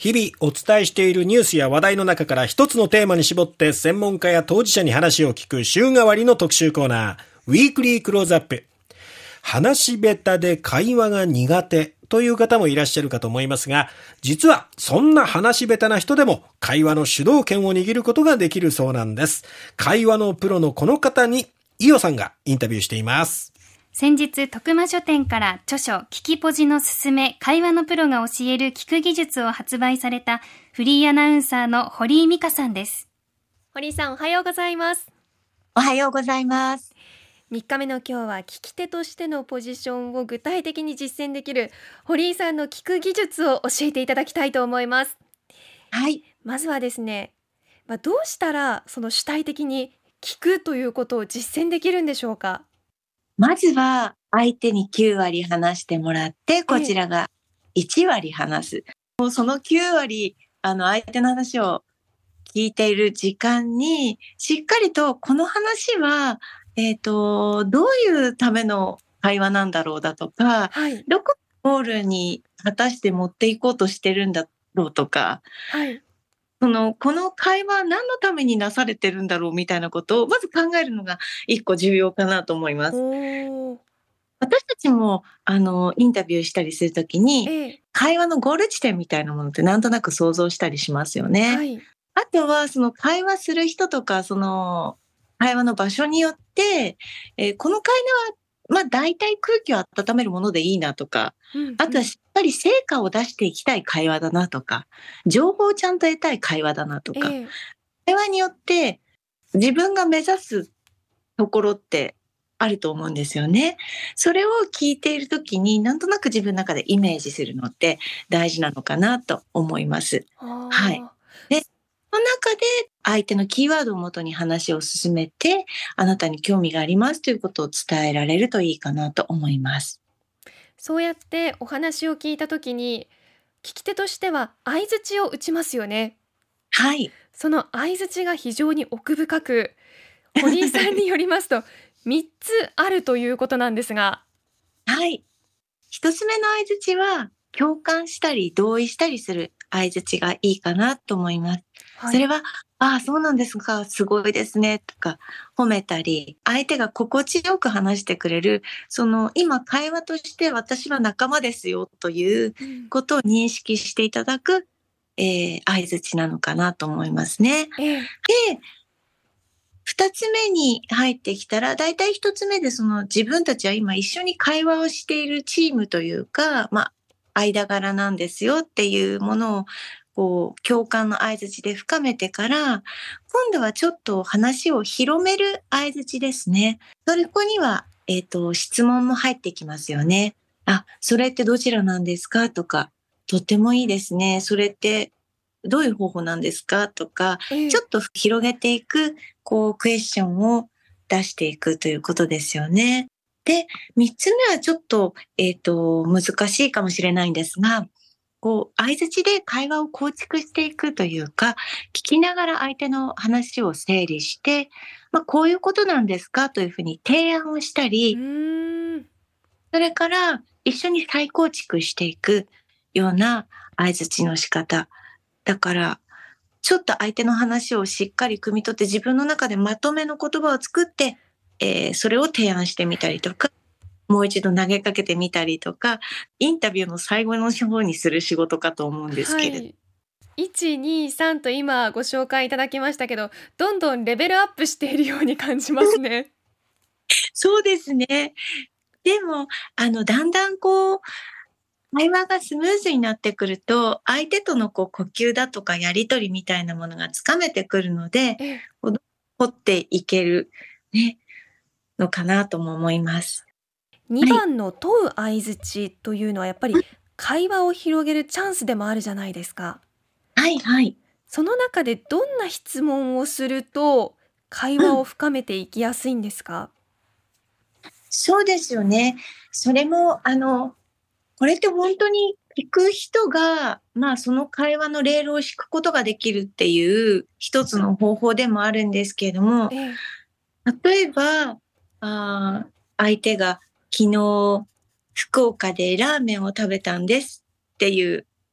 日々お伝えしているニュースや話題の中から一つのテーマに絞って専門家や当事者に話を聞く週替わりの特集コーナー、ウィークリークローズアップ。話し下手で会話が苦手という方もいらっしゃるかと思いますが、実はそんな話し下手な人でも会話の主導権を握ることができるそうなんです。会話のプロのこの方に伊代さんがインタビューしています。 先日徳間書店から著書聞きポジのすすめ会話のプロが教える聞く技術を発売されたフリーアナウンサーの堀井美香さんです。 堀井さん、おはようございます。 おはようございます。 3日目の今日は聞き手としてのポジションを具体的に実践できる堀井さんの聞く技術を教えていただきたいと思います。 はい。 まずはですね、どうしたらその主体的に聞くということを実践できるんでしょうか？ まずは相手に9割話してもらって、こちらが1割話す。もうその9割、相手の話を聞いている時間に、しっかりとこの話は、どういうための会話なんだろうだとか、 はい、 どこゴールに果たして持っていこうとしてるんだろうとか、 はい、 この会話何のためになされてるんだろうみたいなことをまず考えるのが一個重要かなと思います。私たちもインタビューしたりするときに、会話のゴール地点みたいなものってなんとなく想像したりしますよね。 はい、 あとはその会話する人とかその会話の場所によって、この会話は大体空気を温めるものでいいなとか、あとはしっかり成果を出していきたい会話だなとか、情報をちゃんと得たい会話だなとか、会話によって自分が目指すところってあると思うんですよね。それを聞いているときになんとなく自分の中でイメージするのって大事なのかなと思います。はい。で、その中で相手のキーワードをもとに話を進めて、あなたに興味がありますということを伝えられるといいかなと思います。 そうやってお話を聞いたときに、聞き手としては相槌を打ちますよね。 はい。 その相槌が非常に奥深く、堀井さんによりますと3つあるということなんですが。 はい。一つ目の相槌は共感したり同意したりする相槌がいいかなと思います。はい、それは、ああ、そうなんですか、すごいですね、とか褒めたり、相手が心地よく話してくれる、その今会話として私は仲間ですよということを認識していただく、相槌なのかなと思いますね。で、二つ目に入ってきたら、だいたい一つ目でその自分たちは今一緒に会話をしているチームというか、間柄なんですよっていうものを、こう、共感の相槌で深めてから、今度はちょっと話を広める相槌ですね。そこには、質問も入ってきますよね。あ、それってどちらなんですかとか、とってもいいですね。それってどういう方法なんですかとか、ちょっと広げていく、クエスチョンを出していくということですよね。で、三つ目はちょっと、難しいかもしれないんですが、相槌で会話を構築していくというか、聞きながら相手の話を整理して、こういうことなんですかというふうに提案をしたり、それから一緒に再構築していくような相槌の仕方。だから、ちょっと相手の話をしっかり汲み取って自分の中でまとめの言葉を作って、それを提案してみたりとか、もう一度投げかけてみたりとか、インタビューの最後の方にする仕事かと思うんですけれど。 1、2、3と今ご紹介いただきましたけど、どんどんレベルアップしているように感じますね。 そうですね。でも、だんだん会話がスムーズになってくると、相手との呼吸だとかやりとりみたいなものがつかめてくるので、掘っていける、ね、のかなとも思います。 2番の問う相槌というのはやっぱり会話を広げるチャンスでもあるじゃないですか。 はいはい。 その中でどんな質問をすると会話を深めていきやすいんですか？ そうですよね。それもこれって本当に聞く人が、その会話のレールを敷くことができるっていう一つの方法でもあるんですけれども、例えば、相手が昨日福岡でラーメンを食べたんですっていう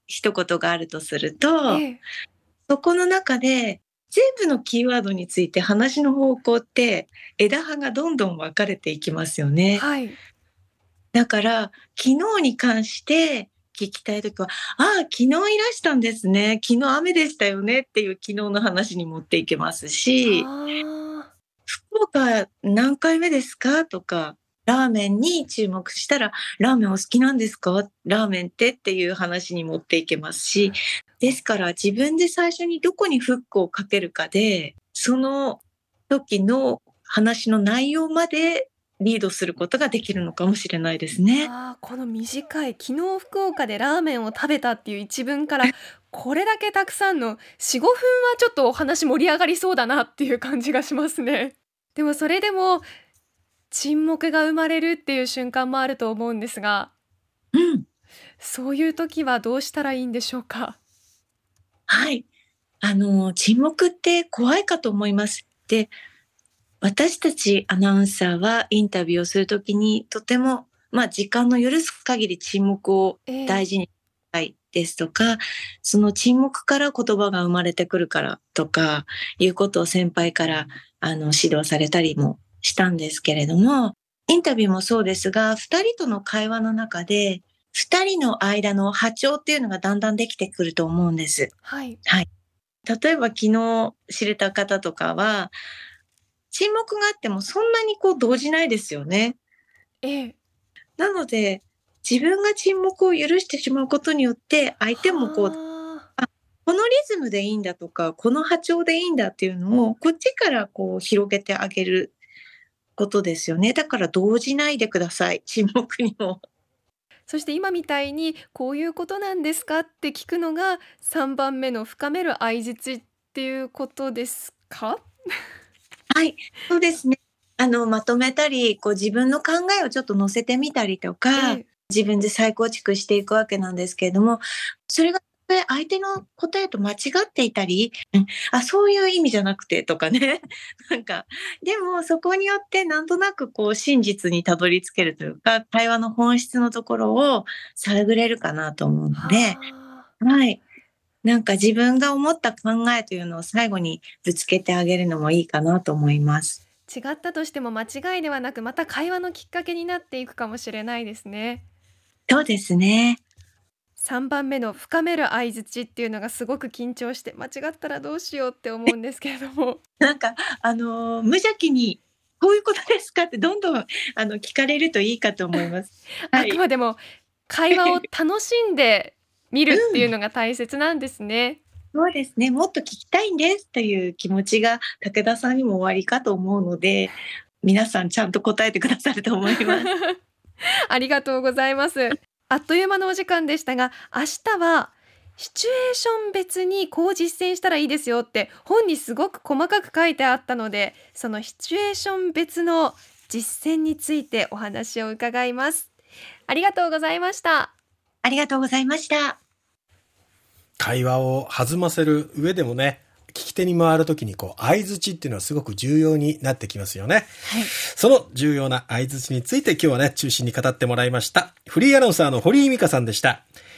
一言があるとすると、そこの中で全部のキーワードについて話の方向って枝葉がどんどん分かれていきますよね。 はい。 だから昨日に関して聞きたいときは、昨日いらしたんですね。昨日雨でしたよねっていう昨日の話に持っていけますし、福岡何回目ですかとか、ラーメンに注目したら、ラーメンお好きなんですか？ラーメンっていう話に持っていけますし、ですから自分で最初にどこにフックをかけるかで、その時の話の内容までリードすることができるのかもしれないですね。 この短い昨日福岡でラーメンを食べたっていう一文からこれだけたくさんの 4,5 分はちょっとお話盛り上がりそうだなっていう感じがしますね。でもそれでも沈黙が生まれるっていう瞬間もあると思うんですが、そういう時はどうしたらいいんでしょうか？ はい。沈黙って怖いかと思います。で、私たちアナウンサーはインタビューをするときにとても、時間の許す限り沈黙を大事にしたいですとか、その沈黙から言葉が生まれてくるからとかいうことを先輩から指導されたりもしたんですけれども、インタビューもそうですが、二人との会話の中で二人の間の波長っていうのがだんだんできてくると思うんです。 はい。 例えば昨日知れた方とかは、沈黙があってもそんなに動じないですよね。なので、自分が沈黙を許してしまうことによって、相手もこのリズムでいいんだとか、この波長でいいんだっていうのを、こっちから広げてあげることですよね。だから動じないでください、沈黙にも。 そして今みたいにこういうことなんですかって聞くのが3番目の深める相槌っていうことですか？ はい、そうですね。まとめたり、自分の考えをちょっと載せてみたりとか、自分で再構築していくわけなんですけれども、それが相手の答えと間違っていたり、そういう意味じゃなくてとかね。でもそこによってなんとなく真実にたどり着けるというか、会話の本質のところを探れるかなと思うので、自分が思った考えというのを最後にぶつけてあげるのもいいかなと思います。 違ったとしても間違いではなく、また会話のきっかけになっていくかもしれないですね。 そうですね。 3番目の深める相槌っていうのがすごく緊張して、間違ったらどうしようって思うんですけれども。 無邪気にこういうことですかってどんどん聞かれるといいかと思います。 あくまでも会話を楽しんで見るっていうのが大切なんですね。 そうですね。もっと聞きたいんですという気持ちが武田さんにもおありかと思うので、皆さんちゃんと答えてくださると思います。 ありがとうございます。あっという間のお時間でしたが、明日はシチュエーション別にこう実践したらいいですよって本にすごく細かく書いてあったので、そのシチュエーション別の実践についてお話を伺います。ありがとうございました。 ありがとうございました。 会話を弾ませる上でもね、聞き手に回るときに相槌っていうのはすごく重要になってきますよね。その重要な相槌について今日はね、中心に語ってもらいました。フリーアナウンサーの堀井美香さんでした。